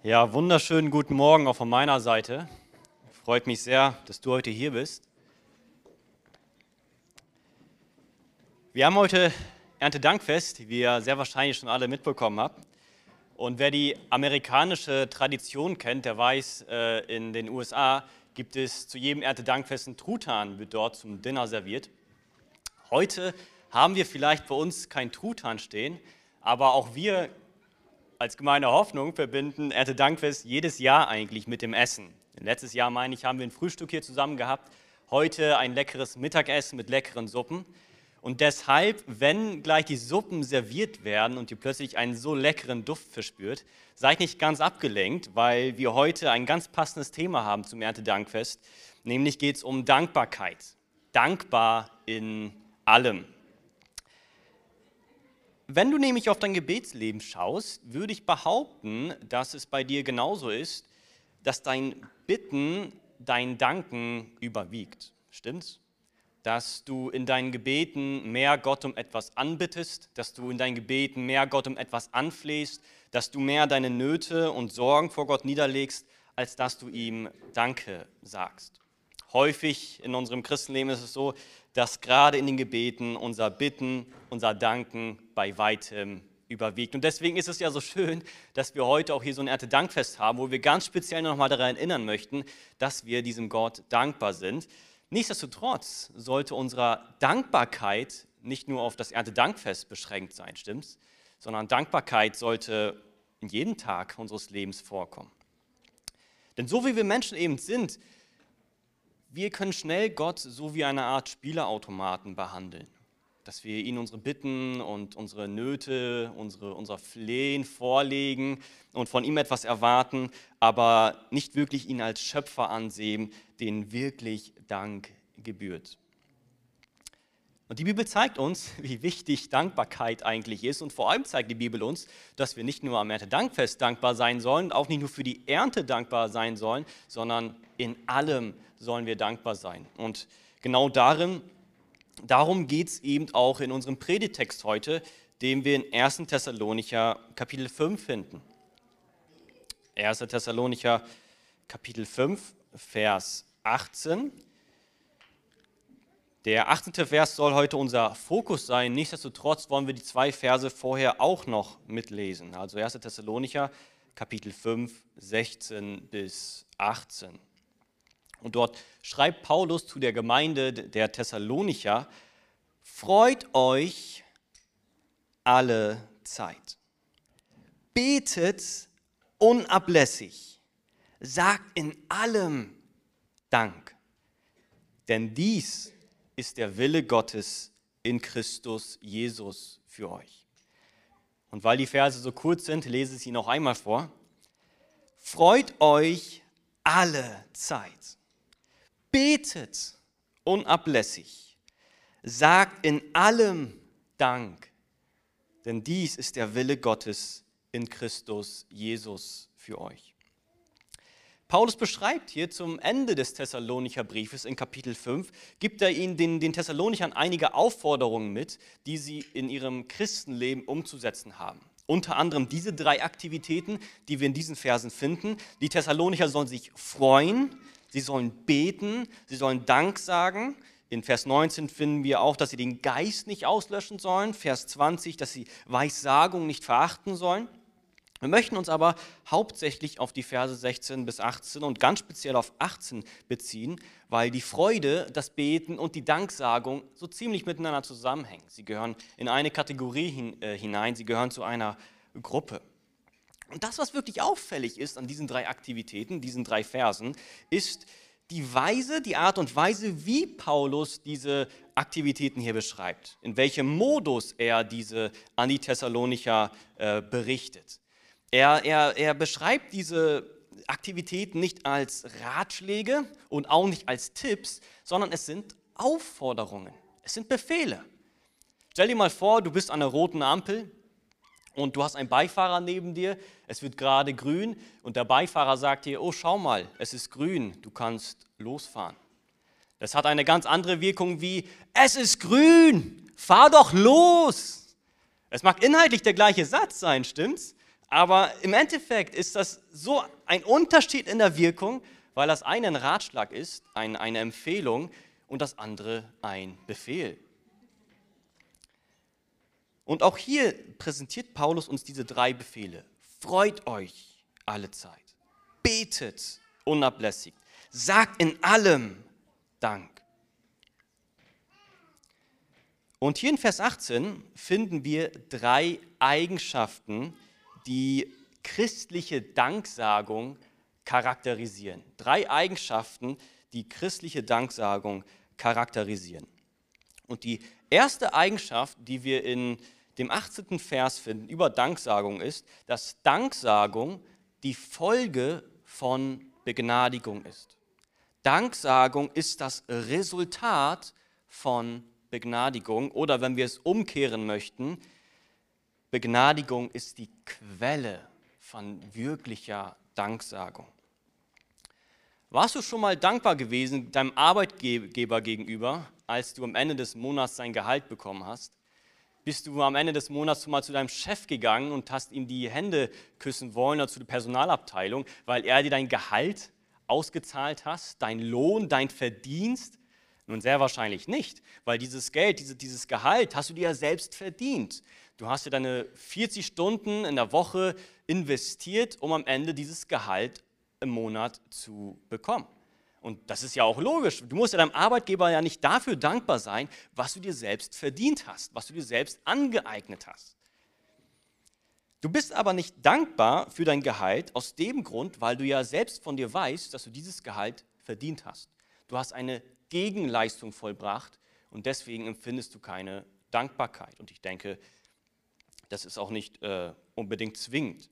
Ja, wunderschönen guten Morgen auch von meiner Seite. Freut mich sehr, dass du heute hier bist. Wir haben heute Erntedankfest, wie ihr sehr wahrscheinlich schon alle mitbekommen habt. Und wer die amerikanische Tradition kennt, der weiß, in den USA gibt es zu jedem Erntedankfest einen Truthahn, wird dort zum Dinner serviert. Heute haben wir vielleicht bei uns kein Truthahn stehen, aber auch wir als Gemeinde Hoffnung verbinden Erntedankfest jedes Jahr eigentlich mit dem Essen. Letztes Jahr, meine ich, haben wir ein Frühstück hier zusammen gehabt, heute ein leckeres Mittagessen mit leckeren Suppen. Und deshalb, wenn gleich die Suppen serviert werden und ihr plötzlich einen so leckeren Duft verspürt, seid nicht ganz abgelenkt, weil wir heute ein ganz passendes Thema haben zum Erntedankfest, nämlich geht es um Dankbarkeit. Dankbar in allem. Wenn du nämlich auf dein Gebetsleben schaust, würde ich behaupten, dass es bei dir genauso ist, dass dein Bitten, dein Danken überwiegt. Stimmt's? Dass du in deinen Gebeten mehr Gott um etwas anbittest, dass du in deinen Gebeten mehr Gott um etwas anflehst, dass du mehr deine Nöte und Sorgen vor Gott niederlegst, als dass du ihm Danke sagst. Häufig in unserem Christenleben ist es so, dass gerade in den Gebeten unser Bitten, unser Danken bei weitem überwiegt. Und deswegen ist es ja so schön, dass wir heute auch hier so ein Erntedankfest haben, wo wir ganz speziell nochmal daran erinnern möchten, dass wir diesem Gott dankbar sind. Nichtsdestotrotz sollte unsere Dankbarkeit nicht nur auf das Erntedankfest beschränkt sein, stimmt's? Sondern Dankbarkeit sollte in jedem Tag unseres Lebens vorkommen. Denn so wie wir Menschen eben sind, wir können schnell Gott so wie eine Art Spielautomaten behandeln, dass wir ihn unsere Bitten und unsere Nöte, unser Flehen vorlegen und von ihm etwas erwarten, aber nicht wirklich ihn als Schöpfer ansehen, den wirklich Dank gebührt. Und die Bibel zeigt uns, wie wichtig Dankbarkeit eigentlich ist, und vor allem zeigt die Bibel uns, dass wir nicht nur am Erntedankfest dankbar sein sollen, auch nicht nur für die Ernte dankbar sein sollen, sondern in allem sollen wir dankbar sein. Und genau darum geht es eben auch in unserem Predigtext heute, den wir in 1. Thessalonicher Kapitel 5 finden. 1. Thessalonicher Kapitel 5, Vers 18. Der 18. Vers soll heute unser Fokus sein. Nichtsdestotrotz wollen wir die 2 Verse vorher auch noch mitlesen. Also 1. Thessalonicher Kapitel 5, 16 bis 18. Und dort schreibt Paulus zu der Gemeinde der Thessalonicher: Freut euch alle Zeit. Betet unablässig. Sagt in allem Dank. Denn dies ist der Wille Gottes in Christus Jesus für euch. Und weil die Verse so kurz sind, lese ich sie noch einmal vor. Freut euch alle Zeit. Betet unablässig, sagt in allem Dank, denn dies ist der Wille Gottes in Christus Jesus für euch. Paulus beschreibt hier zum Ende des Thessalonicher Briefes in Kapitel 5, gibt er ihnen den Thessalonichern einige Aufforderungen mit, die sie in ihrem Christenleben umzusetzen haben. Unter anderem diese 3 Aktivitäten, die wir in diesen Versen finden. Die Thessalonicher sollen sich freuen, sie sollen beten, sie sollen Dank sagen. In Vers 19 finden wir auch, dass sie den Geist nicht auslöschen sollen. Vers 20, dass sie Weissagung nicht verachten sollen. Wir möchten uns aber hauptsächlich auf die Verse 16 bis 18 und ganz speziell auf 18 beziehen, weil die Freude, das Beten und die Danksagung so ziemlich miteinander zusammenhängen. Sie gehören in eine Kategorie hinein, sie gehören zu einer Gruppe. Und das, was wirklich auffällig ist an diesen 3 Aktivitäten, diesen 3 Versen, ist die Art und Weise, wie Paulus diese Aktivitäten hier beschreibt, in welchem Modus er diese an die Thessalonicher berichtet. Er beschreibt diese Aktivitäten nicht als Ratschläge und auch nicht als Tipps, sondern es sind Aufforderungen, es sind Befehle. Stell dir mal vor, du bist an einer roten Ampel und du hast einen Beifahrer neben dir, es wird gerade grün und der Beifahrer sagt dir: Oh, schau mal, es ist grün, du kannst losfahren. Das hat eine ganz andere Wirkung wie: Es ist grün, fahr doch los. Es mag inhaltlich der gleiche Satz sein, stimmt's? Aber im Endeffekt ist das so ein Unterschied in der Wirkung, weil das eine ein Ratschlag ist, eine Empfehlung und das andere ein Befehl. Und auch hier präsentiert Paulus uns diese 3 Befehle. Freut euch alle Zeit, betet unablässig, sagt in allem Dank. Und hier in Vers 18 finden wir 3 Eigenschaften, die christliche Danksagung charakterisieren. 3 Eigenschaften, die christliche Danksagung charakterisieren. Und die erste Eigenschaft, die wir in dem 18. Vers finden, über Danksagung ist, dass Danksagung die Folge von Begnadigung ist. Danksagung ist das Resultat von Begnadigung oder wenn wir es umkehren möchten, Begnadigung ist die Quelle von wirklicher Danksagung. Warst du schon mal dankbar gewesen deinem Arbeitgeber gegenüber, als du am Ende des Monats dein Gehalt bekommen hast? Bist du am Ende des Monats mal zu deinem Chef gegangen und hast ihm die Hände küssen wollen oder zu der Personalabteilung, weil er dir dein Gehalt ausgezahlt hat, dein Lohn, dein Verdienst? Nun, sehr wahrscheinlich nicht, weil dieses Geld, dieses Gehalt hast du dir ja selbst verdient. Du hast dir deine 40 Stunden in der Woche investiert, um am Ende dieses Gehalt im Monat zu bekommen. Und das ist ja auch logisch. Du musst ja deinem Arbeitgeber ja nicht dafür dankbar sein, was du dir selbst verdient hast, was du dir selbst angeeignet hast. Du bist aber nicht dankbar für dein Gehalt aus dem Grund, weil du ja selbst von dir weißt, dass du dieses Gehalt verdient hast. Du hast eine Gegenleistung vollbracht und deswegen empfindest du keine Dankbarkeit. Und ich denke, das ist auch nicht unbedingt zwingend.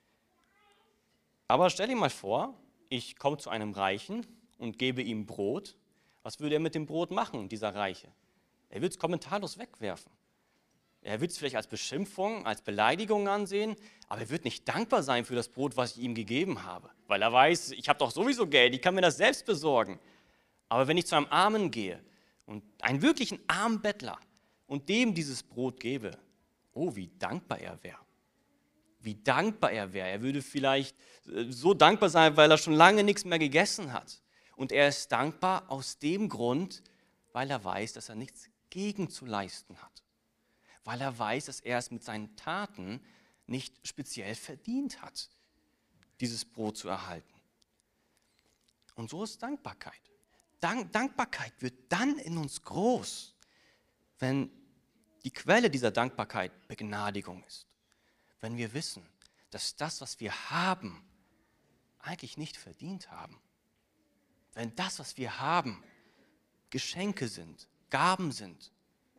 Aber stell dir mal vor, ich komme zu einem Reichen und gebe ihm Brot. Was würde er mit dem Brot machen, dieser Reiche? Er würde es kommentarlos wegwerfen. Er wird es vielleicht als Beschimpfung, als Beleidigung ansehen, aber er wird nicht dankbar sein für das Brot, was ich ihm gegeben habe, weil er weiß, ich habe doch sowieso Geld, ich kann mir das selbst besorgen. Aber wenn ich zu einem Armen gehe und einen wirklichen armen Bettler und dem dieses Brot gebe, oh, wie dankbar er wäre. Wie dankbar er wäre. Er würde vielleicht so dankbar sein, weil er schon lange nichts mehr gegessen hat. Und er ist dankbar aus dem Grund, weil er weiß, dass er nichts gegenzuleisten hat. Weil er weiß, dass er es mit seinen Taten nicht speziell verdient hat, dieses Brot zu erhalten. Und so ist Dankbarkeit. Dankbarkeit wird dann in uns groß, wenn die Quelle dieser Dankbarkeit Begnadigung ist. Wenn wir wissen, dass das, was wir haben, eigentlich nicht verdient haben. Wenn das, was wir haben, Geschenke sind, Gaben sind,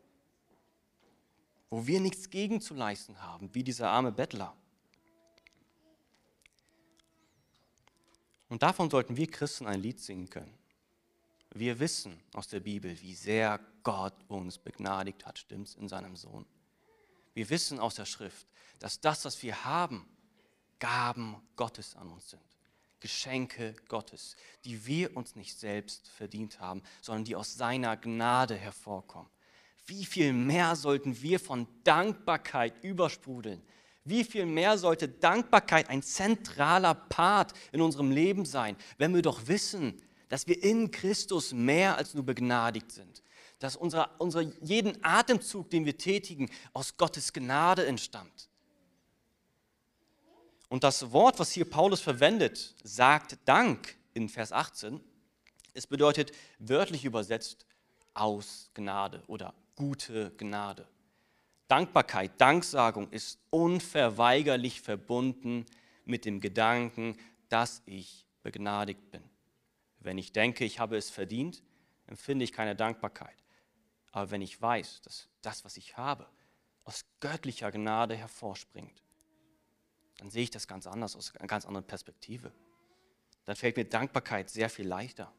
wo wir nichts gegenzuleisten haben, wie dieser arme Bettler. Und davon sollten wir Christen ein Lied singen können. Wir wissen aus der Bibel, wie sehr Gott uns begnadigt hat, stimmt's, in seinem Sohn. Wir wissen aus der Schrift, dass das, was wir haben, Gaben Gottes an uns sind. Geschenke Gottes, die wir uns nicht selbst verdient haben, sondern die aus seiner Gnade hervorkommen. Wie viel mehr sollten wir von Dankbarkeit übersprudeln? Wie viel mehr sollte Dankbarkeit ein zentraler Part in unserem Leben sein, wenn wir doch wissen, dass wir in Christus mehr als nur begnadigt sind. Dass jeden Atemzug, den wir tätigen, aus Gottes Gnade entstammt. Und das Wort, was hier Paulus verwendet, sagt Dank in Vers 18. Es bedeutet wörtlich übersetzt aus Gnade oder gute Gnade. Dankbarkeit, Danksagung ist unverweigerlich verbunden mit dem Gedanken, dass ich begnadigt bin. Wenn ich denke, ich habe es verdient, empfinde ich keine Dankbarkeit. Aber wenn ich weiß, dass das, was ich habe, aus göttlicher Gnade hervorspringt, dann sehe ich das ganz anders, aus einer ganz anderen Perspektive. Dann fällt mir Dankbarkeit sehr viel leichter.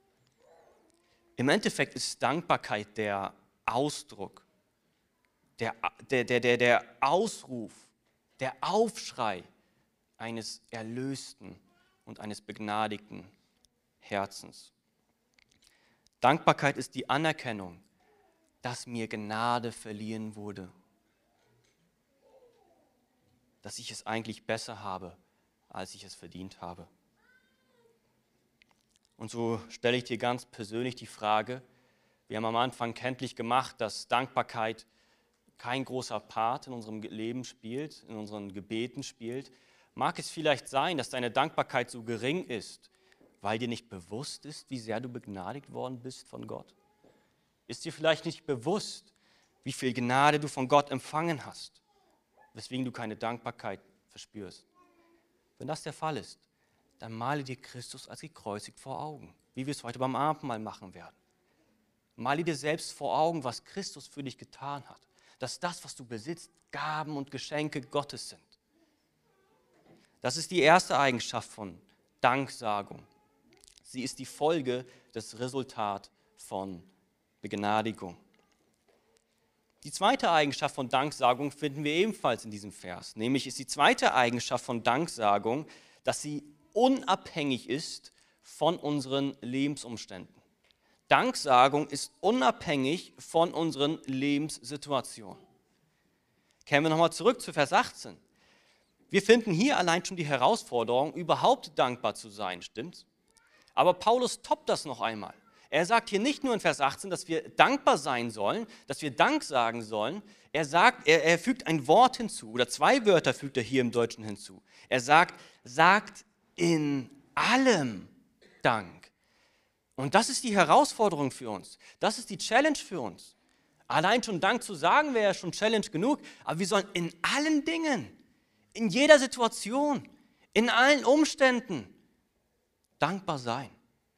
Im Endeffekt ist Dankbarkeit der Ausdruck, der Ausruf, der Aufschrei eines Erlösten und eines begnadigten Herzens. Dankbarkeit ist die Anerkennung, dass mir Gnade verliehen wurde. dass ich es eigentlich besser habe, als ich es verdient habe. Und so stelle ich dir ganz persönlich die Frage, wir haben am Anfang kenntlich gemacht, dass Dankbarkeit kein großer Part in unserem Leben spielt, in unseren Gebeten spielt. Mag es vielleicht sein, dass deine Dankbarkeit so gering ist, weil dir nicht bewusst ist, wie sehr du begnadigt worden bist von Gott? Ist dir vielleicht nicht bewusst, wie viel Gnade du von Gott empfangen hast, weswegen du keine Dankbarkeit verspürst? Wenn das der Fall ist, dann male dir Christus als gekreuzigt vor Augen, wie wir es heute beim Abendmahl machen werden. Male dir selbst vor Augen, was Christus für dich getan hat, dass das, was du besitzt, Gaben und Geschenke Gottes sind. Das ist die erste Eigenschaft von Danksagung. Sie ist die Folge, das Resultat von Begnadigung. Die zweite Eigenschaft von Danksagung finden wir ebenfalls in diesem Vers. Nämlich ist die zweite Eigenschaft von Danksagung, dass sie unabhängig ist von unseren Lebensumständen. Danksagung ist unabhängig von unseren Lebenssituationen. Kehren wir nochmal zurück zu Vers 18. Wir finden hier allein schon die Herausforderung, überhaupt dankbar zu sein, stimmt's? Aber Paulus toppt das noch einmal. Er sagt hier nicht nur in Vers 18, dass wir dankbar sein sollen, dass wir Dank sagen sollen. Er fügt ein Wort hinzu, oder zwei Wörter fügt er hier im Deutschen hinzu. Er sagt in allem Dank. Und das ist die Herausforderung für uns. Das ist die Challenge für uns. Allein schon Dank zu sagen wäre ja schon Challenge genug, aber wir sollen in allen Dingen, in jeder Situation, in allen Umständen dankbar sein.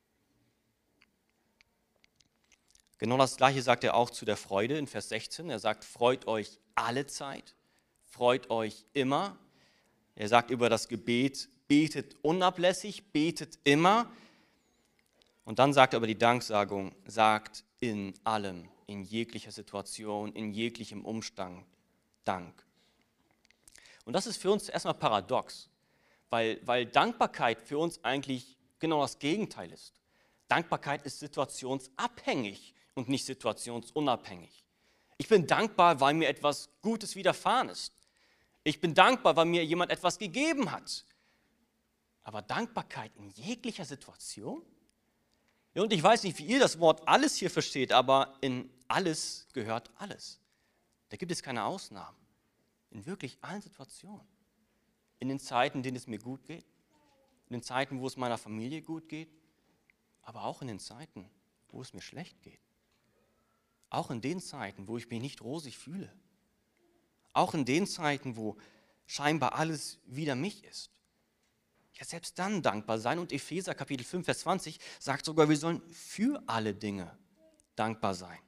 Genau das Gleiche sagt er auch zu der Freude in Vers 16. Er sagt, freut euch alle Zeit, freut euch immer. Er sagt über das Gebet, betet unablässig, betet immer. Und dann sagt er über die Danksagung, sagt in allem, in jeglicher Situation, in jeglichem Umstand Dank. Und das ist für uns erstmal paradox, weil Dankbarkeit für uns eigentlich genau das Gegenteil ist. Dankbarkeit ist situationsabhängig und nicht situationsunabhängig. Ich bin dankbar, weil mir etwas Gutes widerfahren ist. Ich bin dankbar, weil mir jemand etwas gegeben hat. Aber Dankbarkeit in jeglicher Situation? Ja, und ich weiß nicht, wie ihr das Wort alles hier versteht, aber in alles gehört alles. Da gibt es keine Ausnahmen. In wirklich allen Situationen. In den Zeiten, in denen es mir gut geht. In den Zeiten, wo es meiner Familie gut geht. Aber auch in den Zeiten, wo es mir schlecht geht. Auch in den Zeiten, wo ich mich nicht rosig fühle. Auch in den Zeiten, wo scheinbar alles wider mich ist. Ja, selbst dann dankbar sein. Und Epheser Kapitel 5, Vers 20 sagt sogar, wir sollen für alle Dinge dankbar sein.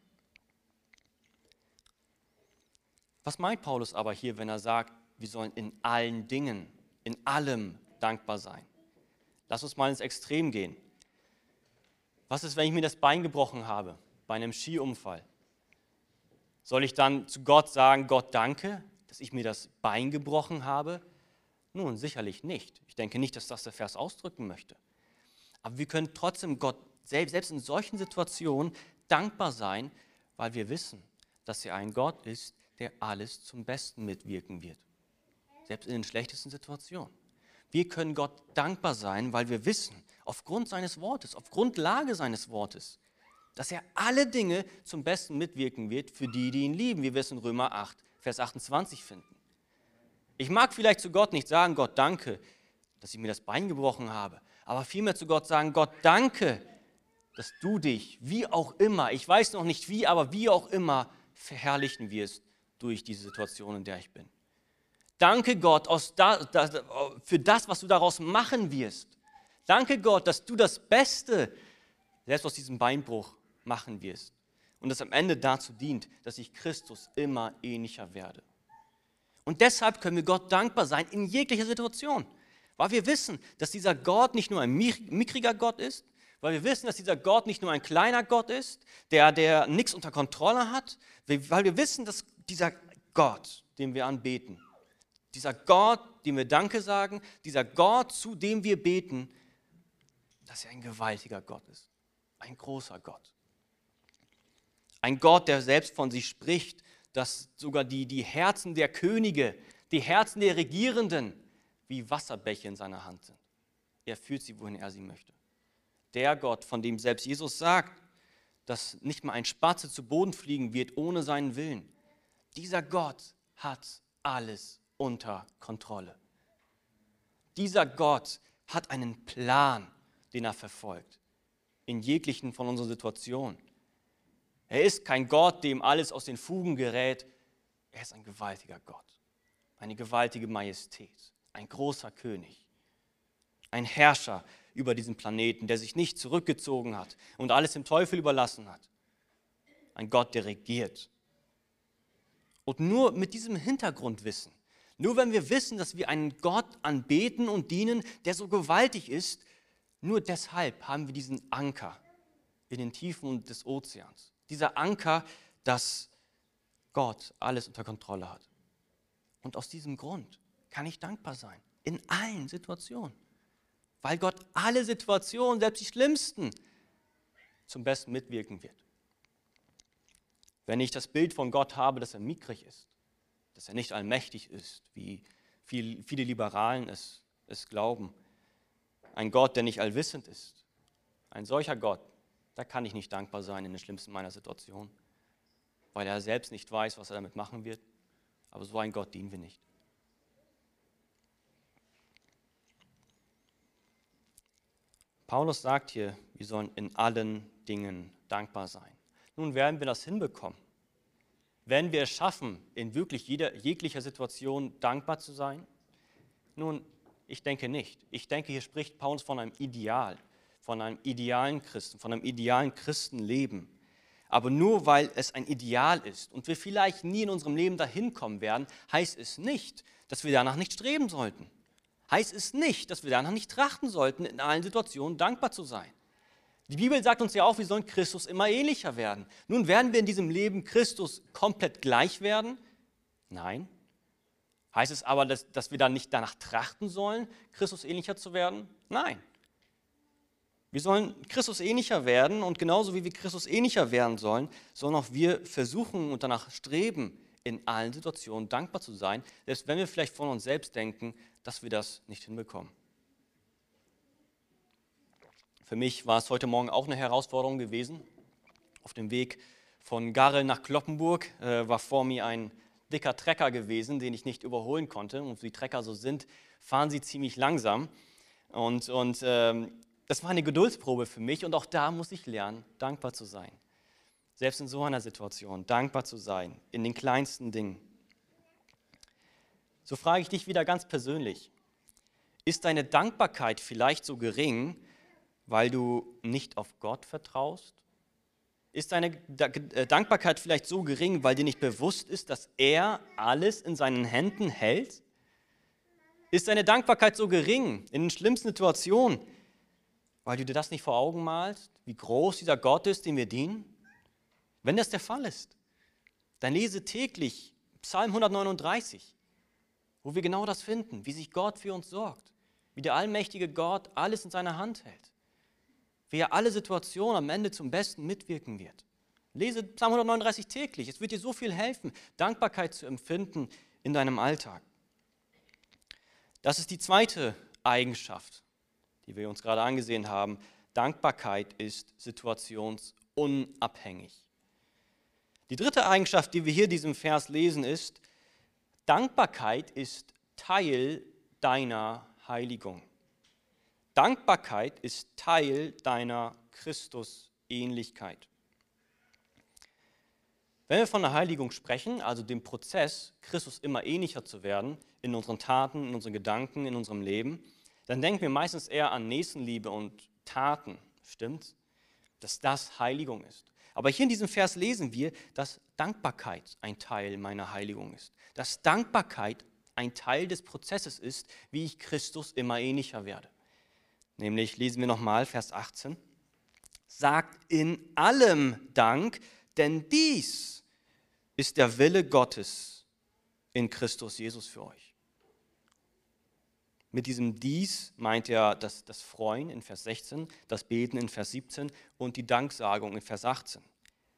Was meint Paulus aber hier, wenn er sagt, wir sollen in allen Dingen, in allem dankbar sein? Lass uns mal ins Extrem gehen. Was ist, wenn ich mir das Bein gebrochen habe bei einem Skiunfall? Soll ich dann zu Gott sagen, Gott danke, dass ich mir das Bein gebrochen habe? Nun, sicherlich nicht. Ich denke nicht, dass das der Vers ausdrücken möchte. Aber wir können trotzdem Gott selbst in solchen Situationen dankbar sein, weil wir wissen, dass er ein Gott ist, der alles zum Besten mitwirken wird. Selbst in den schlechtesten Situationen. Wir können Gott dankbar sein, weil wir wissen, aufgrund seines Wortes, auf Grundlage seines Wortes, dass er alle Dinge zum Besten mitwirken wird für die, die ihn lieben, wie wir es in Römer 8, Vers 28 finden. Ich mag vielleicht zu Gott nicht sagen, Gott danke, dass ich mir das Bein gebrochen habe, aber vielmehr zu Gott sagen, Gott danke, dass du dich, wie auch immer, ich weiß noch nicht wie, aber wie auch immer, verherrlichen wirst durch diese Situation, in der ich bin. Danke Gott für das, was du daraus machen wirst. Danke Gott, dass du das Beste selbst aus diesem Beinbruch machen wirst. Und das am Ende dazu dient, dass ich Christus immer ähnlicher werde. Und deshalb können wir Gott dankbar sein in jeglicher Situation. Weil wir wissen, dass dieser Gott nicht nur ein mickriger Gott ist, weil wir wissen, dass dieser Gott nicht nur ein kleiner Gott ist, der nichts unter Kontrolle hat, weil wir wissen, dass dieser Gott, den wir anbeten, dieser Gott, dem wir Danke sagen, dieser Gott, zu dem wir beten, dass er ein gewaltiger Gott ist, ein großer Gott. Ein Gott, der selbst von sich spricht, dass sogar die Herzen der Könige Die Herzen der Regierenden wie Wasserbäche in seiner Hand sind. Er führt sie, wohin er sie möchte. Der Gott, von dem selbst Jesus sagt, dass nicht mal ein Spatze zu Boden fliegen wird ohne seinen Willen. Dieser Gott hat alles unter Kontrolle. Dieser Gott hat einen Plan, den er verfolgt, in jeglichen von unseren Situationen. Er ist kein Gott, dem alles aus den Fugen gerät. Er ist ein gewaltiger Gott, eine gewaltige Majestät, ein großer König, ein Herrscher über diesen Planeten, der sich nicht zurückgezogen hat und alles dem Teufel überlassen hat. Ein Gott, der regiert. Und nur mit diesem Hintergrundwissen, nur wenn wir wissen, dass wir einen Gott anbeten und dienen, der so gewaltig ist, nur deshalb haben wir diesen Anker in den Tiefen des Ozeans. Dieser Anker, dass Gott alles unter Kontrolle hat. Und aus diesem Grund kann ich dankbar sein, in allen Situationen. Weil Gott alle Situationen, selbst die schlimmsten, zum Besten mitwirken wird. Wenn ich das Bild von Gott habe, dass er mickrig ist, dass er nicht allmächtig ist, wie viele Liberalen es glauben, ein Gott, der nicht allwissend ist, ein solcher Gott, da kann ich nicht dankbar sein in den schlimmsten meiner Situation, weil er selbst nicht weiß, was er damit machen wird. Aber so ein Gott dienen wir nicht. Paulus sagt hier, wir sollen in allen Dingen dankbar sein. Nun werden wir das hinbekommen. Werden wir es schaffen, in wirklich jeglicher Situation dankbar zu sein? Nun, ich denke nicht. Ich denke, hier spricht Paulus von einem Ideal, von einem idealen Christen, von einem idealen Christenleben. Aber nur weil es ein Ideal ist und wir vielleicht nie in unserem Leben dahin kommen werden, heißt es nicht, dass wir danach nicht streben sollten. Heißt es nicht, dass wir danach nicht trachten sollten, in allen Situationen dankbar zu sein. Die Bibel sagt uns ja auch, wir sollen Christus immer ähnlicher werden. Nun, werden wir in diesem Leben Christus komplett gleich werden? Nein. Heißt es aber, dass wir dann nicht danach trachten sollen, Christus ähnlicher zu werden? Nein. Wir sollen Christus ähnlicher werden und genauso wie wir Christus ähnlicher werden sollen auch wir versuchen und danach streben, in allen Situationen dankbar zu sein, selbst wenn wir vielleicht von uns selbst denken, dass wir das nicht hinbekommen. Für mich war es heute Morgen auch eine Herausforderung gewesen. Auf dem Weg von Garrel nach Cloppenburg war vor mir ein dicker Trecker gewesen, den ich nicht überholen konnte. Und wie Trecker so sind, fahren sie ziemlich langsam. Und das war eine Geduldsprobe für mich. Und auch da muss ich lernen, dankbar zu sein. Selbst in so einer Situation, dankbar zu sein, in den kleinsten Dingen. So frage ich dich wieder ganz persönlich. Ist deine Dankbarkeit vielleicht so gering, weil du nicht auf Gott vertraust? Ist deine Dankbarkeit vielleicht so gering, weil dir nicht bewusst ist, dass er alles in seinen Händen hält? Ist deine Dankbarkeit so gering in den schlimmsten Situationen, weil du dir das nicht vor Augen malst, wie groß dieser Gott ist, dem wir dienen? Wenn das der Fall ist, dann lese täglich Psalm 139, wo wir genau das finden, wie sich Gott für uns sorgt, wie der allmächtige Gott alles in seiner Hand hält, wie er alle Situationen am Ende zum Besten mitwirken wird. Lese Psalm 139 täglich, es wird dir so viel helfen, Dankbarkeit zu empfinden in deinem Alltag. Das ist die zweite Eigenschaft, die wir uns gerade angesehen haben. Dankbarkeit ist situationsunabhängig. Die dritte Eigenschaft, die wir hier in diesem Vers lesen, ist, Dankbarkeit ist Teil deiner Heiligung. Dankbarkeit ist Teil deiner Christusähnlichkeit. Wenn wir von der Heiligung sprechen, also dem Prozess, Christus immer ähnlicher zu werden, in unseren Taten, in unseren Gedanken, in unserem Leben, dann denken wir meistens eher an Nächstenliebe und Taten, stimmt's? Dass das Heiligung ist. Aber hier in diesem Vers lesen wir, dass Dankbarkeit ein Teil meiner Heiligung ist. Dass Dankbarkeit ein Teil des Prozesses ist, wie ich Christus immer ähnlicher werde. Nämlich lesen wir nochmal Vers 18. Sagt in allem Dank, denn dies ist der Wille Gottes in Christus Jesus für euch. Mit diesem dies meint er das Freuen in Vers 16, das Beten in Vers 17 und die Danksagung in Vers 18.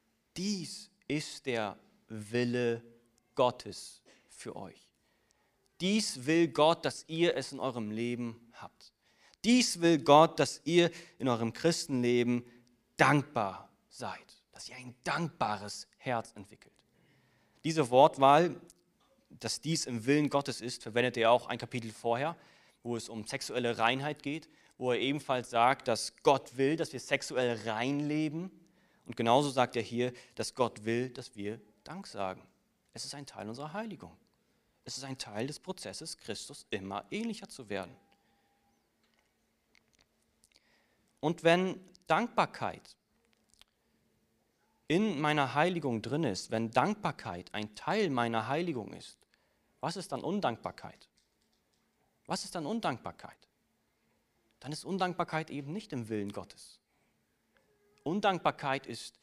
Dies ist der Wille Gottes für euch. Dies will Gott, dass ihr es in eurem Leben habt. Dies will Gott, dass ihr in eurem Christenleben dankbar seid, dass ihr ein dankbares Herz entwickelt. Diese Wortwahl, dass dies im Willen Gottes ist, verwendet er auch ein Kapitel vorher, wo es um sexuelle Reinheit geht, wo er ebenfalls sagt, dass Gott will, dass wir sexuell rein leben. Und genauso sagt er hier, dass Gott will, dass wir Dank sagen. Es ist ein Teil unserer Heiligung. Es ist ein Teil des Prozesses, Christus immer ähnlicher zu werden. Und wenn Dankbarkeit in meiner Heiligung drin ist, wenn Dankbarkeit ein Teil meiner Heiligung ist, was ist dann Undankbarkeit? Was ist dann Undankbarkeit? Dann ist Undankbarkeit eben nicht im Willen Gottes. Undankbarkeit ist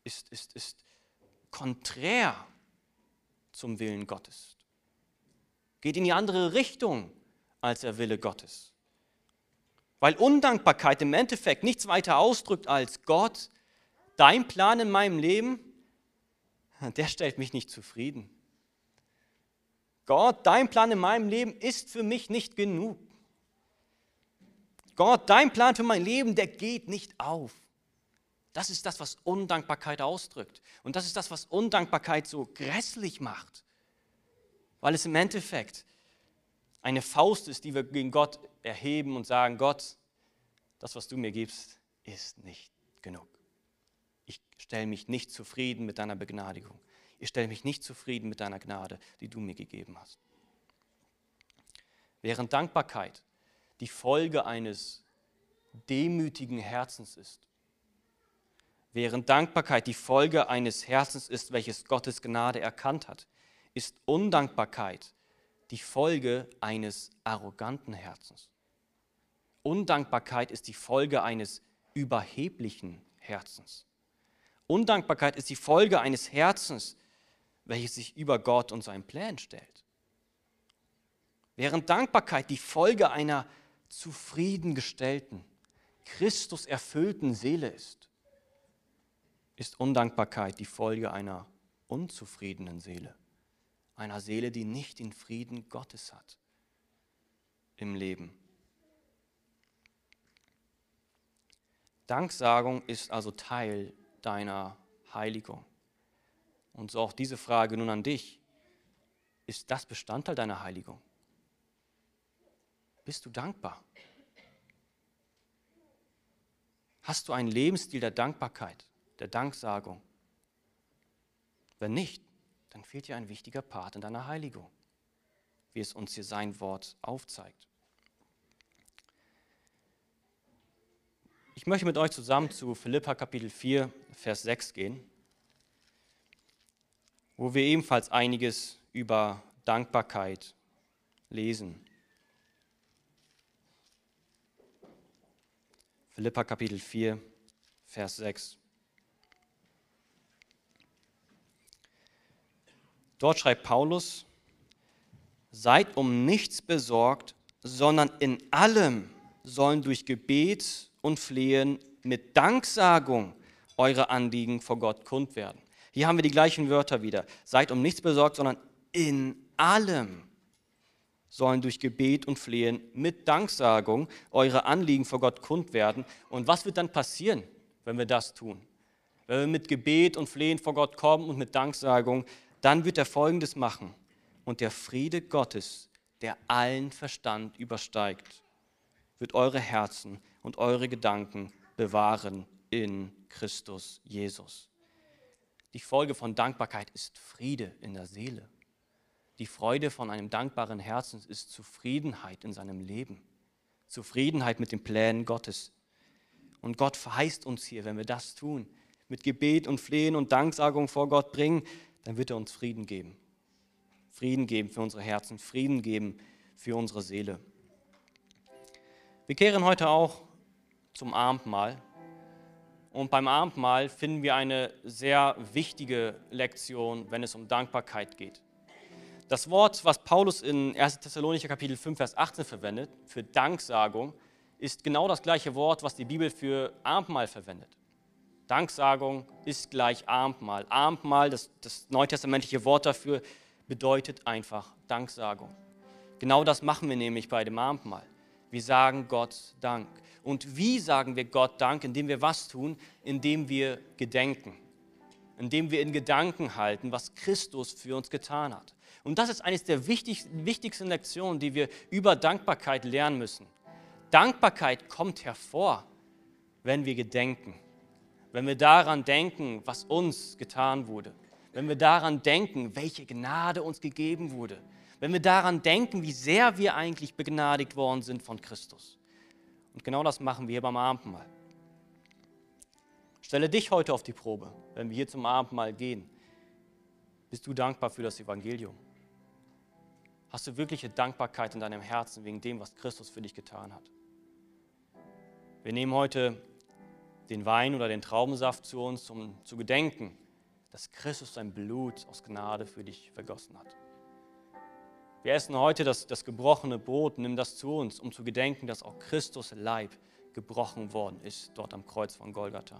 konträr zum Willen Gottes. Geht in die andere Richtung als der Wille Gottes. Weil Undankbarkeit im Endeffekt nichts weiter ausdrückt als Gott, dein Plan in meinem Leben, der stellt mich nicht zufrieden. Gott, dein Plan in meinem Leben ist für mich nicht genug. Gott, dein Plan für mein Leben, der geht nicht auf. Das ist das, was Undankbarkeit ausdrückt. Und das ist das, was Undankbarkeit so grässlich macht. Weil es im Endeffekt eine Faust ist, die wir gegen Gott erheben und sagen, Gott, das, was du mir gibst, ist nicht genug. Ich stelle mich nicht zufrieden mit deiner Begnadigung. Ich stelle mich nicht zufrieden mit deiner Gnade, die du mir gegeben hast. Während Dankbarkeit die Folge eines demütigen Herzens ist, während Dankbarkeit die Folge eines Herzens ist, welches Gottes Gnade erkannt hat, ist Undankbarkeit die Folge eines arroganten Herzens. Undankbarkeit ist die Folge eines überheblichen Herzens. Undankbarkeit ist die Folge eines Herzens, welches sich über Gott und seinen Plan stellt. Während Dankbarkeit die Folge einer zufriedengestellten, Christus erfüllten Seele ist Undankbarkeit die Folge einer unzufriedenen Seele. Einer Seele, die nicht den Frieden Gottes hat im Leben. Danksagung ist also Teil deiner Heiligung. Und so auch diese Frage nun an dich. Ist das Bestandteil deiner Heiligung? Bist du dankbar? Hast du einen Lebensstil der Dankbarkeit, der Danksagung? Wenn nicht, dann fehlt dir ein wichtiger Part in deiner Heiligung, wie es uns hier sein Wort aufzeigt. Ich möchte mit euch zusammen zu Philipper Kapitel 4, Vers 6 gehen, wo wir ebenfalls einiges über Dankbarkeit lesen. Philipper Kapitel 4, Vers 6. Dort schreibt Paulus, seid um nichts besorgt, sondern in allem sollen durch Gebet und Flehen mit Danksagung eure Anliegen vor Gott kund werden. Hier haben wir die gleichen Wörter wieder. Seid um nichts besorgt, sondern in allem sollen durch Gebet und Flehen mit Danksagung eure Anliegen vor Gott kund werden. Und was wird dann passieren, wenn wir das tun? Wenn wir mit Gebet und Flehen vor Gott kommen und mit Danksagung, dann wird er Folgendes machen. Und der Friede Gottes, der allen Verstand übersteigt, wird eure Herzen und eure Gedanken bewahren in Christus Jesus. Die Folge von Dankbarkeit ist Friede in der Seele. Die Freude von einem dankbaren Herzen ist Zufriedenheit in seinem Leben. Zufriedenheit mit den Plänen Gottes. Und Gott verheißt uns hier, wenn wir das tun, mit Gebet und Flehen und Danksagung vor Gott bringen, dann wird er uns Frieden geben. Frieden geben für unsere Herzen, Frieden geben für unsere Seele. Wir kehren heute auch zum Abendmahl. Und beim Abendmahl finden wir eine sehr wichtige Lektion, wenn es um Dankbarkeit geht. Das Wort, was Paulus in 1. Thessalonicher Kapitel 5, Vers 18 verwendet, für Danksagung, ist genau das gleiche Wort, was die Bibel für Abendmahl verwendet. Danksagung ist gleich Abendmahl. Abendmahl, das neutestamentliche Wort dafür, bedeutet einfach Danksagung. Genau das machen wir nämlich bei dem Abendmahl. Wir sagen Gott Dank. Und wie sagen wir Gott Dank? Indem wir was tun? Indem wir gedenken. Indem wir in Gedanken halten, was Christus für uns getan hat. Und das ist eines der wichtigsten Lektionen, die wir über Dankbarkeit lernen müssen. Dankbarkeit kommt hervor, wenn wir gedenken. Wenn wir daran denken, was uns getan wurde. Wenn wir daran denken, welche Gnade uns gegeben wurde. Wenn wir daran denken, wie sehr wir eigentlich begnadigt worden sind von Christus. Und genau das machen wir hier beim Abendmahl. Stelle dich heute auf die Probe, wenn wir hier zum Abendmahl gehen. Bist du dankbar für das Evangelium? Hast du wirkliche Dankbarkeit in deinem Herzen wegen dem, was Christus für dich getan hat? Wir nehmen heute den Wein oder den Traubensaft zu uns, um zu gedenken, dass Christus sein Blut aus Gnade für dich vergossen hat. Wir essen heute das gebrochene Brot, nimm das zu uns, um zu gedenken, dass auch Christus Leib gebrochen worden ist, dort am Kreuz von Golgatha.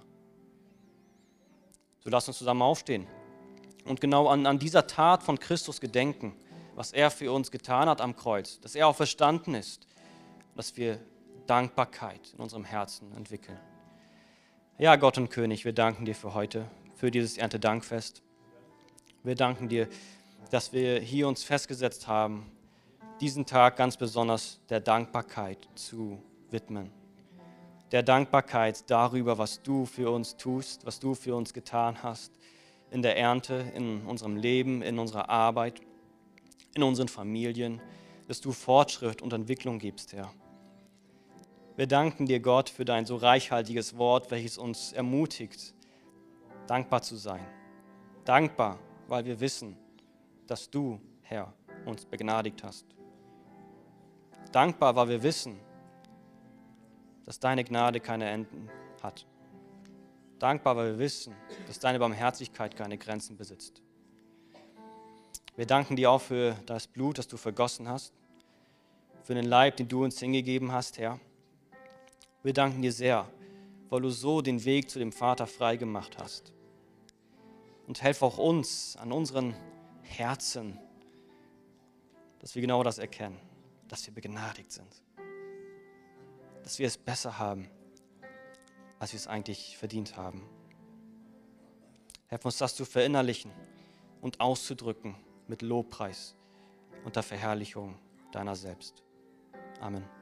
So lass uns zusammen aufstehen und genau an dieser Tat von Christus gedenken, was er für uns getan hat am Kreuz, dass er auch verstanden ist, dass wir Dankbarkeit in unserem Herzen entwickeln. Ja, Gott und König, wir danken dir für heute, für dieses Erntedankfest. Wir danken dir, dass wir hier uns festgesetzt haben, diesen Tag ganz besonders der Dankbarkeit zu widmen. Der Dankbarkeit darüber, was du für uns tust, was du für uns getan hast, in der Ernte, in unserem Leben, in unserer Arbeit, in unseren Familien, dass du Fortschritt und Entwicklung gibst, Herr. Wir danken dir, Gott, für dein so reichhaltiges Wort, welches uns ermutigt, dankbar zu sein. Dankbar, weil wir wissen, dass du, Herr, uns begnadigt hast. Dankbar, weil wir wissen, dass deine Gnade keine Enden hat. Dankbar, weil wir wissen, dass deine Barmherzigkeit keine Grenzen besitzt. Wir danken dir auch für das Blut, das du vergossen hast, für den Leib, den du uns hingegeben hast, Herr. Wir danken dir sehr, weil du so den Weg zu dem Vater frei gemacht hast. Und helf auch uns an unseren Herzen, dass wir genau das erkennen, dass wir begnadigt sind, dass wir es besser haben, als wir es eigentlich verdient haben. Helf uns, das zu verinnerlichen und auszudrücken mit Lobpreis und der Verherrlichung deiner selbst. Amen.